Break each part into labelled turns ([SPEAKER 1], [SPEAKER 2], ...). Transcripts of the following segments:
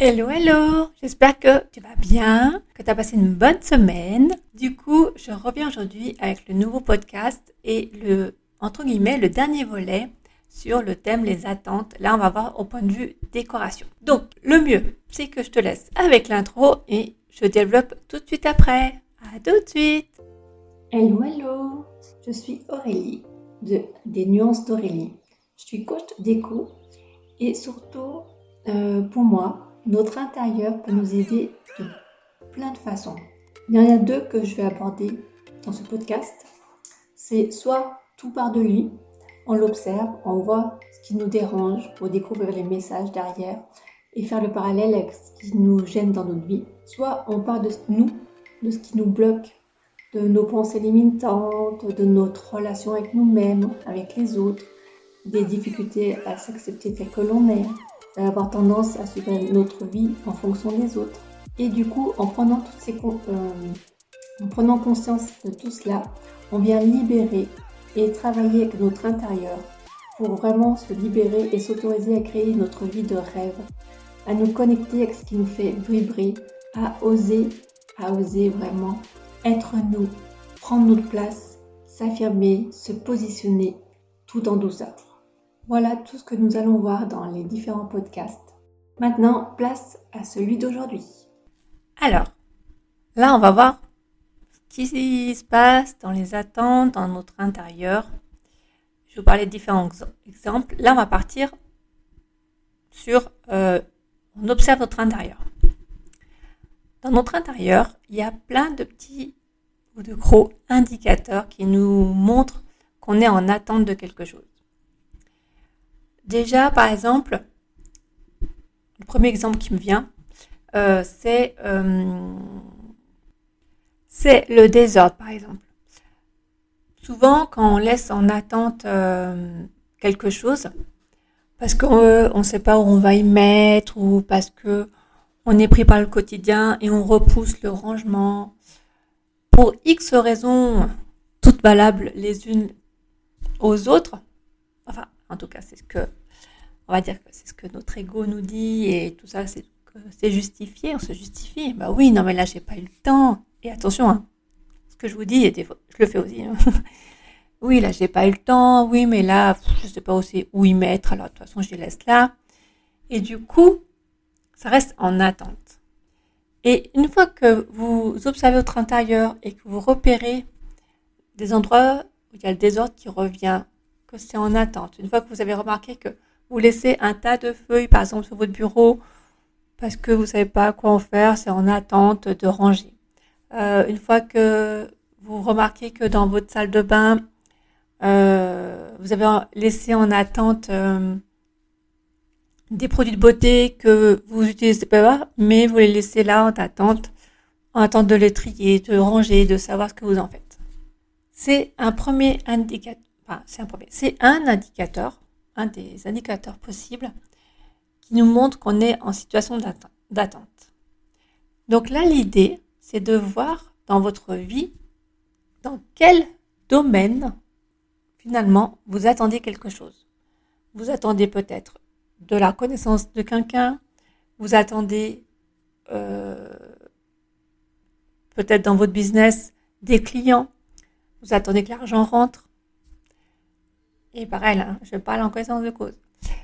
[SPEAKER 1] Hello, hello! J'espère que tu vas bien, que tu as passé une bonne semaine. Du coup, je reviens aujourd'hui avec le nouveau podcast et entre guillemets, le dernier volet sur le thème les attentes. Là, on va voir au point de vue décoration. Donc, le mieux, c'est que je te laisse avec l'intro et je développe tout de suite après. À tout de suite!
[SPEAKER 2] Hello, hello! Je suis Aurélie des Nuances d'Aurélie. Je suis coach déco et surtout, pour moi, notre intérieur peut nous aider de plein de façons. Il y en a deux que je vais aborder dans ce podcast. C'est soit tout part de lui, on l'observe, on voit ce qui nous dérange pour découvrir les messages derrière et faire le parallèle avec ce qui nous gêne dans notre vie. Soit on part de nous, de ce qui nous bloque, de nos pensées limitantes, de notre relation avec nous-mêmes, avec les autres, des difficultés à s'accepter tel que l'on est, avoir tendance à suivre notre vie en fonction des autres. Et du coup, en prenant conscience de tout cela, on vient libérer et travailler avec notre intérieur pour vraiment se libérer et s'autoriser à créer notre vie de rêve, à nous connecter avec ce qui nous fait vibrer, à oser vraiment être nous, prendre notre place, s'affirmer, se positionner, tout en douceur. Voilà tout ce que nous allons voir dans les différents podcasts. Maintenant, place à celui d'aujourd'hui.
[SPEAKER 1] Alors, là, on va voir ce qui se passe dans les attentes, dans notre intérieur. Je vais vous parler de différents exemples. Là, on va partir sur on observe notre intérieur. Dans notre intérieur, il y a plein de petits ou de gros indicateurs qui nous montrent qu'on est en attente de quelque chose. Déjà, par exemple, le premier exemple qui me vient, c'est le désordre, par exemple. Souvent, quand on laisse en attente quelque chose, parce qu'on ne sait pas où on va y mettre, ou parce que on est pris par le quotidien et on repousse le rangement, pour X raisons, toutes valables les unes aux autres, enfin, en tout cas, on va dire que c'est ce que notre ego nous dit et tout ça, c'est justifié, on se justifie. Bah oui, non mais là, j'ai pas eu le temps. Et attention, hein, ce que je vous dis, des fois, je le fais aussi. Hein. Oui, là, j'ai pas eu le temps. Oui, mais là, je sais pas aussi où y mettre. Alors, de toute façon, je les laisse là. Et du coup, ça reste en attente. Et une fois que vous observez votre intérieur et que vous repérez des endroits où il y a le désordre qui revient, que c'est en attente, une fois que vous avez remarqué que vous laissez un tas de feuilles, par exemple, sur votre bureau, parce que vous savez pas quoi en faire, c'est en attente de ranger. Une fois que vous remarquez que dans votre salle de bain, vous avez laissé en attente des produits de beauté que vous utilisez pas, mais vous les laissez là en attente de les trier, de ranger, de savoir ce que vous en faites. C'est un premier indicateur. Enfin, c'est un indicateur, un des indicateurs possibles qui nous montre qu'on est en situation d'attente. Donc là, l'idée, c'est de voir dans votre vie dans quel domaine, finalement, vous attendez quelque chose. Vous attendez peut-être de la connaissance de quelqu'un, vous attendez peut-être dans votre business des clients, vous attendez que l'argent rentre. Et pareil, là, je parle en connaissance de cause.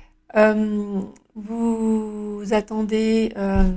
[SPEAKER 1] Vous attendez,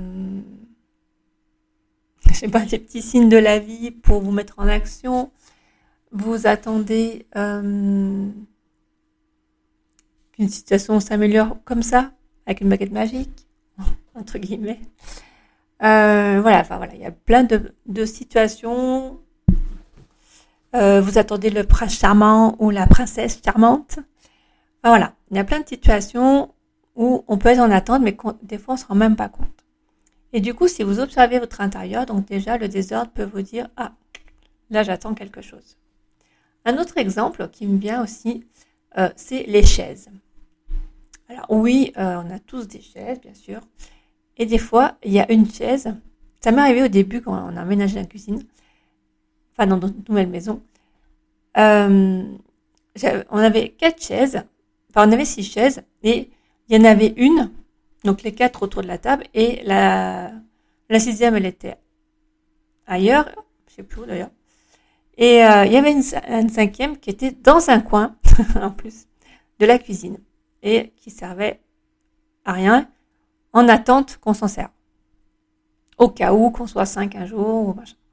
[SPEAKER 1] je sais pas, des petits signes de la vie pour vous mettre en action. Vous attendez qu'une situation s'améliore comme ça, avec une baguette magique, entre guillemets. Voilà, il y a plein de situations. Vous attendez le prince charmant ou la princesse charmante. Enfin, voilà, il y a plein de situations où on peut être en attente, mais des fois on se rend même pas compte. Et du coup, si vous observez votre intérieur, donc déjà le désordre peut vous dire « Ah, là j'attends quelque chose ». Un autre exemple qui me vient aussi, c'est les chaises. Alors oui, on a tous des chaises, bien sûr. Et des fois, il y a une chaise. Ça m'est arrivé au début quand on a aménagé la cuisine. Enfin, dans notre nouvelle maison. On avait 4 chaises. Enfin, on avait 6 chaises. Et il y en avait une Donc les 4 autour de la table et la 6e, elle était ailleurs, je sais plus où d'ailleurs. Et il y avait une 5e qui était dans un coin, en plus, de la cuisine et qui servait à rien en attente qu'on s'en serve. Au cas où qu'on soit 5 un jour ou machin.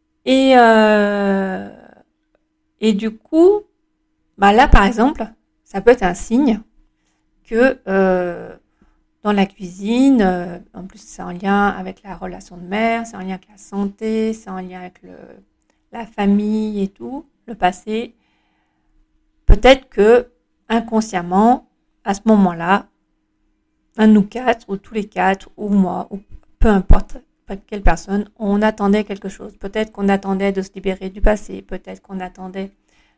[SPEAKER 1] Et du coup, là par exemple, ça peut être un signe que dans la cuisine, en plus c'est en lien avec la relation de mère, c'est en lien avec la santé, c'est en lien avec la famille et tout, le passé. Peut-être que inconsciemment, à ce moment-là, un de nous 4 ou tous les 4 ou moi, ou peu importe quelle personne, on attendait quelque chose. Peut-être qu'on attendait de se libérer du passé, peut-être qu'on attendait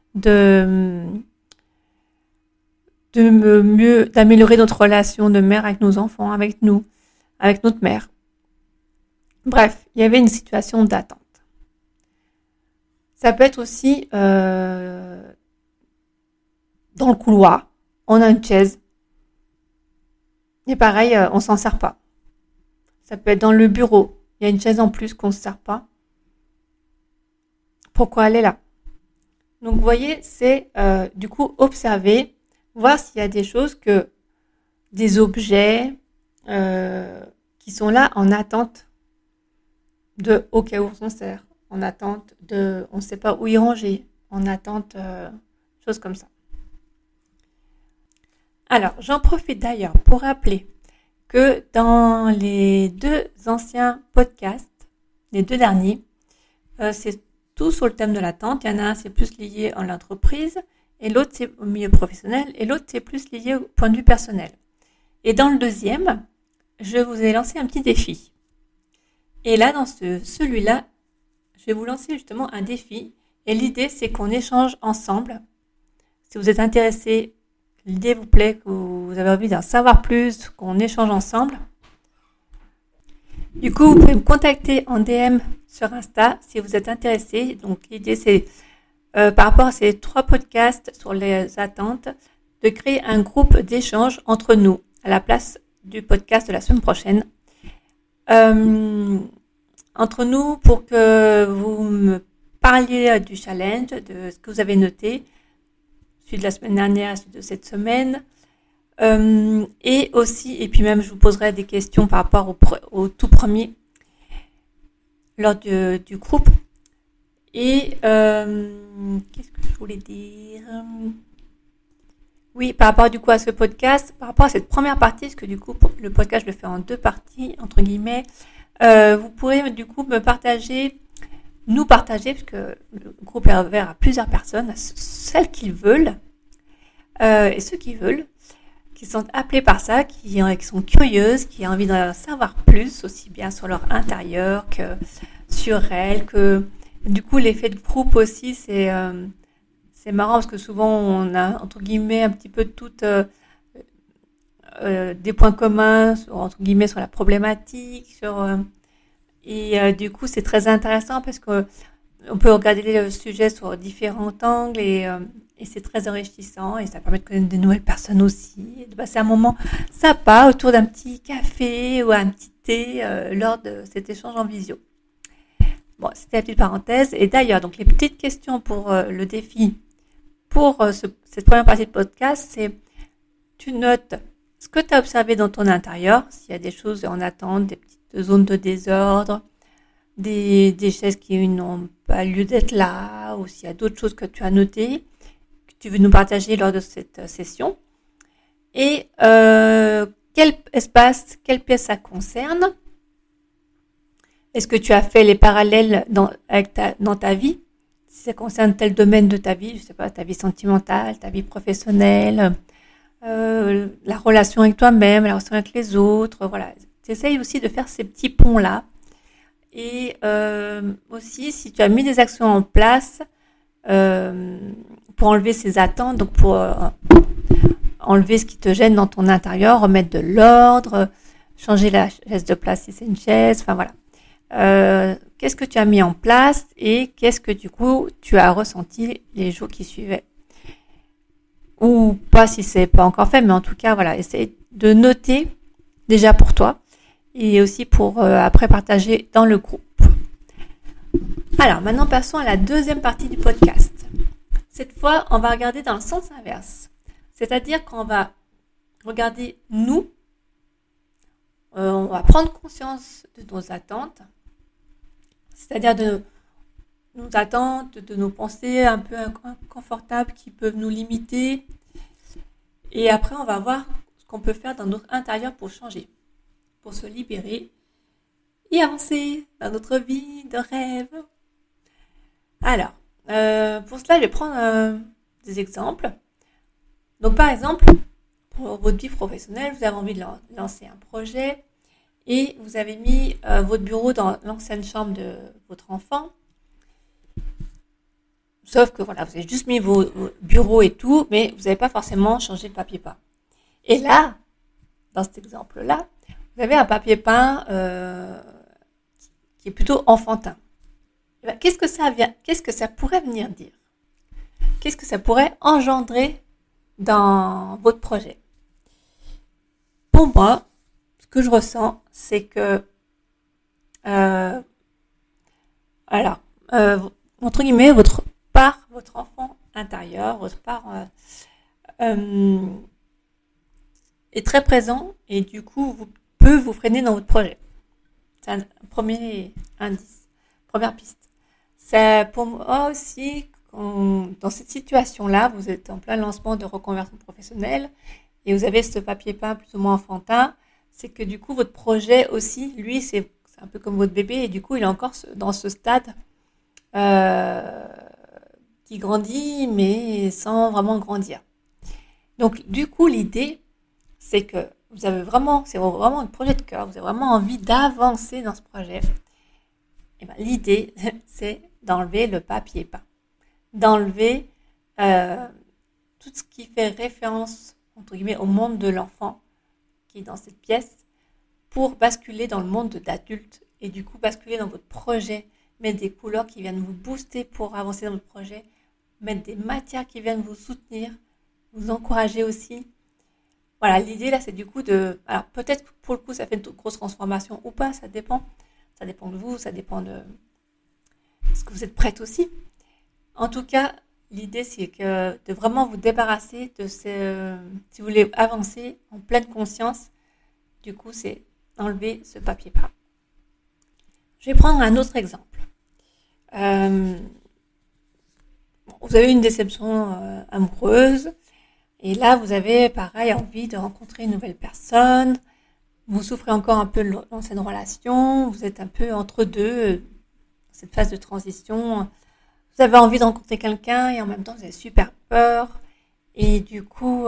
[SPEAKER 1] d'améliorer notre relation de mère avec nos enfants, avec nous, avec notre mère. Bref, il y avait une situation d'attente. Ça peut être aussi dans le couloir, on a une chaise et pareil, on s'en sert pas. Ça peut être dans le bureau, il y a une chaise en plus qu'on ne se sert pas. Pourquoi elle est là? Donc vous voyez, c'est du coup observer, voir s'il y a des choses des objets qui sont là en attente au cas où on s'en sert, en attente on ne sait pas où y ranger, en attente, choses comme ça. Alors, j'en profite d'ailleurs pour rappeler que dans les 2 anciens podcasts, les 2 derniers, c'est tout sur le thème de l'attente. Il y en a un, c'est plus lié à l'entreprise, et l'autre, c'est au milieu professionnel, et l'autre, c'est plus lié au point de vue personnel. Et dans le 2e, je vous ai lancé un petit défi. Et là, dans celui-là, je vais vous lancer justement un défi. Et l'idée, c'est qu'on échange ensemble. Si vous êtes intéressé, l'idée vous plaît, que vous avez envie d'en savoir plus, qu'on échange ensemble. Du coup, vous pouvez me contacter en DM sur Insta si vous êtes intéressé. Donc, l'idée, c'est par rapport à ces 3 podcasts sur les attentes, de créer un groupe d'échange entre nous à la place du podcast de la semaine prochaine. Entre nous pour que vous me parliez du challenge, de ce que vous avez noté, celui de la semaine dernière, celui de cette semaine. Et puis même je vous poserai des questions par rapport au tout premier lors du groupe. Et qu'est-ce que je voulais dire? Oui, par rapport du coup à ce podcast, par rapport à cette première partie, parce que du coup le podcast je le fais en 2 parties entre guillemets, vous pourrez du coup nous partager, parce que le groupe est ouvert à plusieurs personnes, à celles qui veulent et ceux qui veulent, qui sont appelés par ça, qui sont curieuses, qui ont envie d'en savoir plus, aussi bien sur leur intérieur que sur elles, que du coup l'effet de groupe aussi, c'est marrant parce que souvent on a entre guillemets un petit peu toutes des points communs entre guillemets sur la problématique, du coup c'est très intéressant parce que on peut regarder le sujet sur différents angles et c'est très enrichissant et ça permet de connaître de nouvelles personnes aussi, et de passer un moment sympa autour d'un petit café ou un petit thé lors de cet échange en visio. Bon, c'était la petite parenthèse. Et d'ailleurs, donc les petites questions pour le défi, pour cette première partie de podcast, c'est tu notes ce que tu as observé dans ton intérieur, s'il y a des choses en attente, des petites zones de désordre, des chaises qui n'ont pas lieu d'être là, ou s'il y a d'autres choses que tu as notées, que tu veux nous partager lors de cette session. Et quel espace, quelle pièce ça concerne? Est-ce que tu as fait les parallèles dans ta vie? Si ça concerne tel domaine de ta vie, je sais pas, ta vie sentimentale, ta vie professionnelle, la relation avec toi-même, la relation avec les autres, voilà. Tu essayes aussi de faire ces petits ponts-là. Et aussi, si tu as mis des actions en place pour enlever ces attentes, donc pour enlever ce qui te gêne dans ton intérieur, remettre de l'ordre, changer la chaise de place si c'est une chaise, enfin voilà. Qu'est-ce que tu as mis en place et qu'est-ce que du coup tu as ressenti les jours qui suivaient, ou pas si c'est pas encore fait, mais en tout cas voilà, essaye de noter déjà pour toi et aussi pour après partager dans le groupe. Alors maintenant passons à la deuxième partie du podcast. Cette fois, on va regarder dans le sens inverse. C'est-à-dire qu'on va regarder nous, on va prendre conscience de nos attentes, c'est-à-dire de nos attentes, de nos pensées un peu inconfortables qui peuvent nous limiter. Et après, on va voir ce qu'on peut faire dans notre intérieur pour changer, pour se libérer et avancer dans notre vie de rêve. Alors, pour cela, je vais prendre des exemples. Donc, par exemple, pour votre vie professionnelle, vous avez envie de lancer un projet et vous avez mis votre bureau dans l'ancienne chambre de votre enfant. Sauf que voilà, vous avez juste mis vos bureaux et tout, mais vous n'avez pas forcément changé le papier peint. Et là, dans cet exemple-là, vous avez un papier peint qui est plutôt enfantin. Qu'est-ce que ça pourrait venir dire? Qu'est-ce que ça pourrait engendrer dans votre projet? Pour moi, ce que je ressens, c'est que entre guillemets, votre enfant intérieur, votre part est très présent et du coup peut vous freiner dans votre projet. C'est un premier indice, première piste. C'est pour moi aussi, dans cette situation-là, vous êtes en plein lancement de reconversion professionnelle et vous avez ce papier peint plus ou moins enfantin, c'est que du coup votre projet aussi, lui, c'est un peu comme votre bébé et du coup il est encore dans ce stade qui grandit mais sans vraiment grandir. Donc du coup l'idée c'est que c'est vraiment un projet de cœur, vous avez vraiment envie d'avancer dans ce projet. Et ben, l'idée c'est d'enlever le papier peint, d'enlever tout ce qui fait référence entre guillemets au monde de l'enfant qui est dans cette pièce pour basculer dans le monde d'adulte et du coup basculer dans votre projet, mettre des couleurs qui viennent vous booster pour avancer dans votre projet, mettre des matières qui viennent vous soutenir, vous encourager aussi. Voilà, l'idée là c'est du coup alors peut-être que pour le coup ça fait une grosse transformation ou pas, ça dépend de vous, ça dépend de ce que vous êtes prête aussi. En tout cas, l'idée c'est de vraiment vous débarrasser de si vous voulez avancer en pleine conscience, du coup c'est enlever ce papier peint. Je vais prendre un autre exemple. Vous avez une déception amoureuse et là vous avez pareil envie de rencontrer une nouvelle personne, vous souffrez encore un peu de l'ancienne relation, vous êtes un peu entre deux, cette phase de transition, vous avez envie de rencontrer quelqu'un et en même temps vous avez super peur et du coup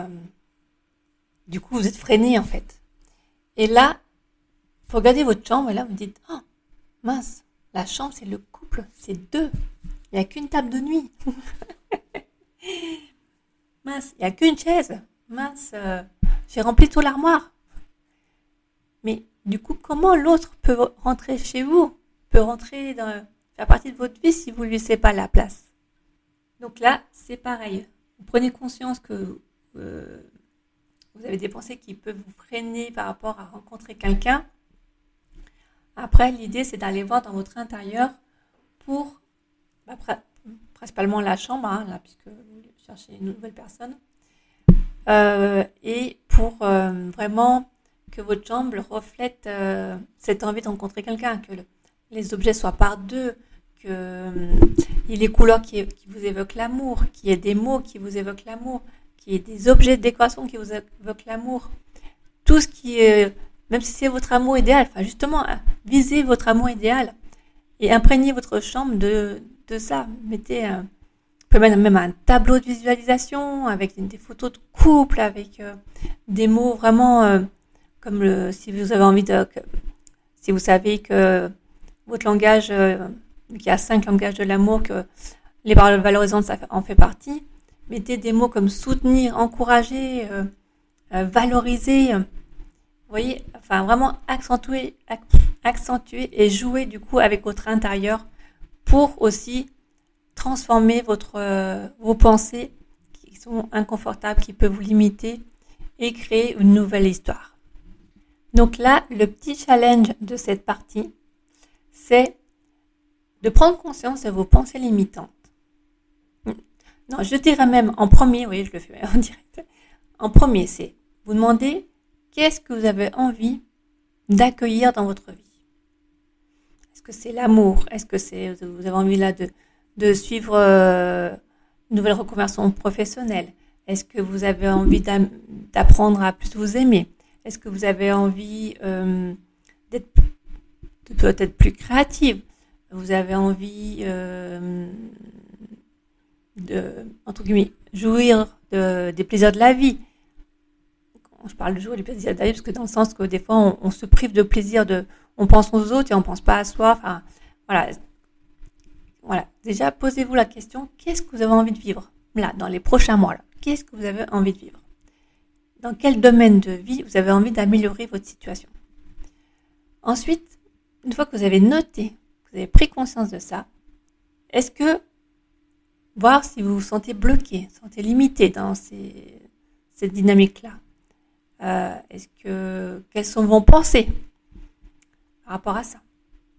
[SPEAKER 1] vous êtes freiné en fait. Et là, vous regardez votre chambre et là vous dites « Oh, mince, la chambre c'est le couple, c'est deux, il n'y a qu'une table de nuit. Mince, il n'y a qu'une chaise. Mince, j'ai rempli tout l'armoire. » Mais du coup, comment l'autre peut rentrer chez vous, peut faire partie de votre vie si vous ne lui laissez pas la place? Donc là, c'est pareil. Vous prenez conscience que vous avez des pensées qui peuvent vous freiner par rapport à rencontrer quelqu'un. Après, l'idée, c'est d'aller voir dans votre intérieur pour, principalement la chambre, là, puisque vous cherchez une nouvelle personne, et pour vraiment que votre chambre reflète cette envie de rencontrer quelqu'un, que les objets soient par deux, qu'il y ait les couleurs qui vous évoquent l'amour, qu'il y ait des mots qui vous évoquent l'amour, qu'il y ait des objets de décoration qui vous évoquent l'amour. Tout ce qui est, même si c'est votre amour idéal, enfin justement, visez votre amour idéal et imprégnez votre chambre de ça. Mettez vous pouvez mettre même un tableau de visualisation avec des photos de couple, avec des mots vraiment comme si vous avez envie si vous savez que votre langage, qu'il y a 5 langages de l'amour, que les paroles valorisantes, ça en fait partie. Mettez des mots comme soutenir, encourager, valoriser. Vous voyez, enfin vraiment accentuer et jouer du coup avec votre intérieur pour aussi transformer vos pensées qui sont inconfortables, qui peuvent vous limiter et créer une nouvelle histoire. Donc là, le petit challenge de cette partie, c'est de prendre conscience de vos pensées limitantes. Non, je dirais même en premier, oui, je le fais en direct. En premier, c'est vous demander qu'est-ce que vous avez envie d'accueillir dans votre vie. Est-ce que c'est l'amour? Est-ce que vous avez envie là de suivre une nouvelle reconversion professionnelle? Est-ce que vous avez envie d'apprendre à plus vous aimer? Est-ce que vous avez envie d'être peut-être plus créative? Vous avez envie de, entre guillemets, jouir des plaisirs de la vie. Je parle de jouir des plaisirs de la vie parce que dans le sens que des fois on se prive de plaisir, on pense aux autres et on pense pas à soi. Enfin, voilà. Déjà, posez-vous la question, qu'est-ce que vous avez envie de vivre là, dans les prochains mois là? Qu'est-ce que vous avez envie de vivre? Dans quel domaine de vie vous avez envie d'améliorer votre situation? Ensuite, une fois que vous avez noté, que vous avez pris conscience de ça, est-ce que voir si vous vous sentez bloqué, sentez limité dans cette dynamique-là. Quelles sont vos pensées par rapport à ça?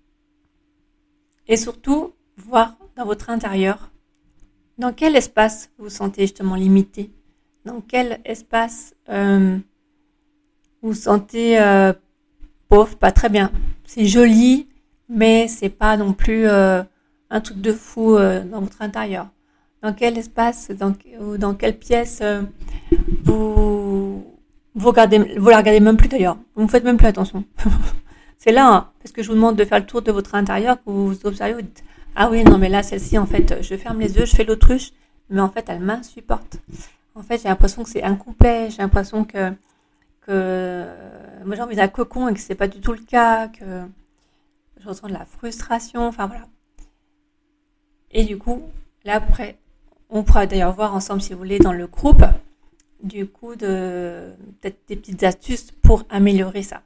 [SPEAKER 1] Et surtout, voir dans votre intérieur, dans quel espace vous vous sentez justement limité, dans quel espace vous vous sentez pauvre, pas très bien. C'est joli, mais c'est pas non plus un truc de fou dans votre intérieur. Dans quel espace, dans quelle pièce vous la regardez même plus d'ailleurs. Vous ne faites même plus attention. C'est là, hein, parce que je vous demande de faire le tour de votre intérieur, que vous observez, vous dites, ah oui, non, mais là, celle-ci, en fait, je ferme les yeux, je fais l'autruche, mais en fait, elle m'insupporte. En fait, j'ai l'impression que c'est incomplet, j'ai l'impression que moi, j'ai envie d'un cocon et que c'est pas du tout le cas, que je ressens de la frustration, enfin voilà. Et du coup, là, après, on pourra d'ailleurs voir ensemble, si vous voulez, dans le groupe, du coup, peut-être des petites astuces pour améliorer ça.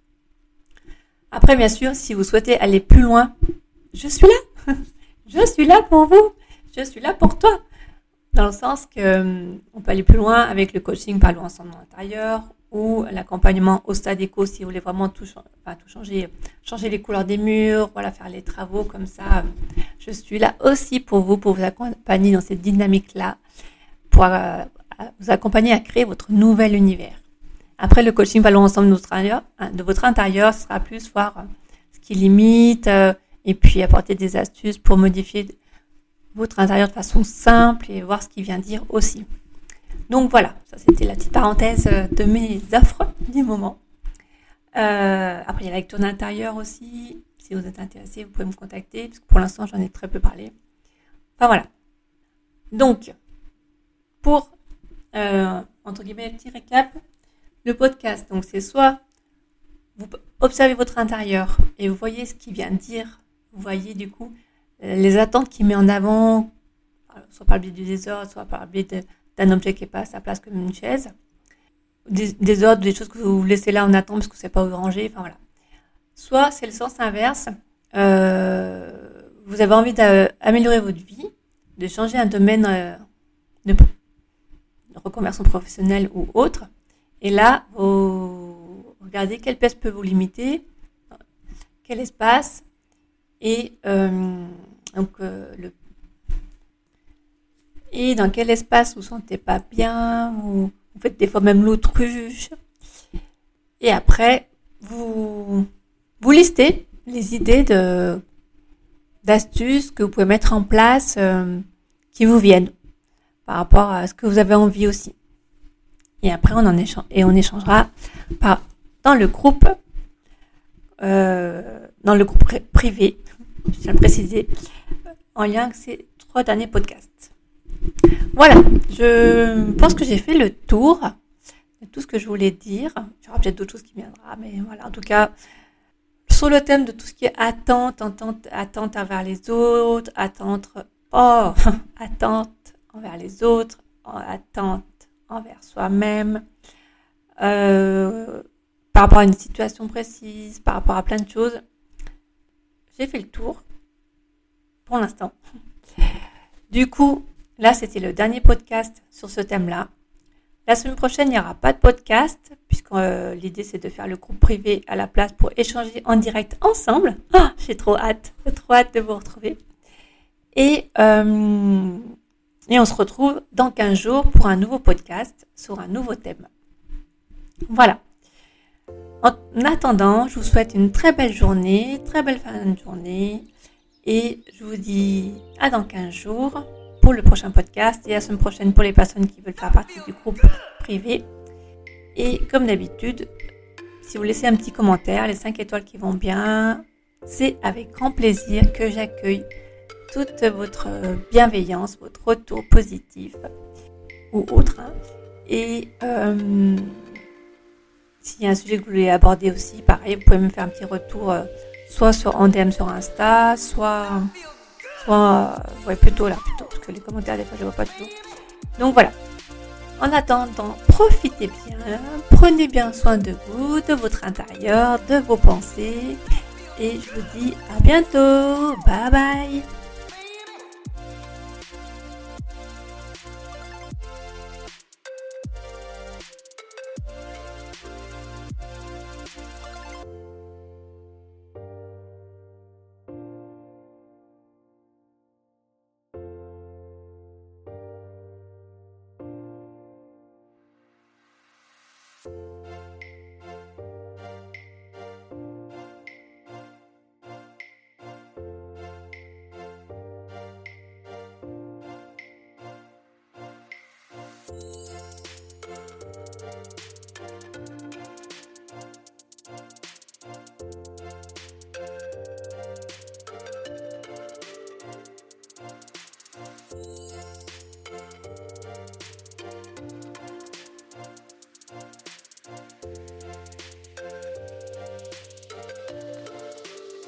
[SPEAKER 1] Après, bien sûr, si vous souhaitez aller plus loin, je suis là. Je suis là pour vous. Je suis là pour toi. Dans le sens que on peut aller plus loin avec le coaching Parlons ensemble dans l'intérieur ou l'accompagnement au stade éco si vous voulez vraiment tout changer les couleurs des murs, voilà, faire les travaux comme ça. Je suis là aussi pour vous accompagner dans cette dynamique-là, pour vous accompagner à créer votre nouvel univers. Après, le coaching Parlons ensemble de votre intérieur, ce sera plus voir ce qui limite et puis apporter des astuces pour modifier votre intérieur de façon simple et voir ce qu'il vient dire aussi. Donc voilà, ça c'était la petite parenthèse de mes offres du moment. Après, il y a la lecture d'intérieur aussi. Si vous êtes intéressé, vous pouvez me contacter, parce que pour l'instant, j'en ai très peu parlé. Enfin voilà. Donc, pour, entre guillemets, petit récap, le podcast, donc c'est soit vous observez votre intérieur et vous voyez ce qu'il vient de dire, vous voyez du coup les attentes qu'il met en avant, soit par le biais du désordre, soit par le biais d'un objet qui n'est pas à sa place comme une chaise, des ordres, des choses que vous laissez là en attente parce que vous ne savez pas où ranger, enfin voilà. Soit c'est le sens inverse, vous avez envie d'améliorer votre vie, de changer un domaine de reconversion professionnelle ou autre, et là, vous regardez quelle pièce peut vous limiter, quel espace, et et dans quel espace vous ne vous sentez pas bien, vous faites des fois même l'autruche. Et après, vous listez les idées d'astuces que vous pouvez mettre en place qui vous viennent par rapport à ce que vous avez envie aussi. Et après, on échangera dans le groupe privé, je tiens à le préciser, en lien avec ces 3 derniers podcasts. Voilà, je pense que j'ai fait le tour de tout ce que je voulais dire. Il y aura peut-être d'autres choses qui viendront, mais voilà, en tout cas, sur le thème de tout ce qui est attente envers les autres, attente envers les autres, attente envers soi-même, par rapport à une situation précise, par rapport à plein de choses. J'ai fait le tour, pour l'instant. Du coup, là, c'était le dernier podcast sur ce thème-là. La semaine prochaine, il n'y aura pas de podcast, puisque l'idée, c'est de faire le groupe privé à la place pour échanger en direct ensemble. Ah, j'ai trop hâte de vous retrouver. Et on se retrouve dans 15 jours pour un nouveau podcast sur un nouveau thème. Voilà. En attendant, je vous souhaite une très belle journée, très belle fin de journée. Et je vous dis à dans 15 jours pour le prochain podcast et à la semaine prochaine pour les personnes qui veulent faire partie du groupe privé. Et comme d'habitude, si vous laissez un petit commentaire, les 5 étoiles qui vont bien, c'est avec grand plaisir que j'accueille toute votre bienveillance, votre retour positif ou autre. Et s'il y a un sujet que vous voulez aborder aussi, pareil, vous pouvez me faire un petit retour soit en DM sur Insta, soit plutôt parce que les commentaires des fois je ne vois pas du tout. Donc voilà. En attendant, profitez bien, prenez bien soin de vous, de votre intérieur, de vos pensées, et je vous dis à bientôt. Bye bye.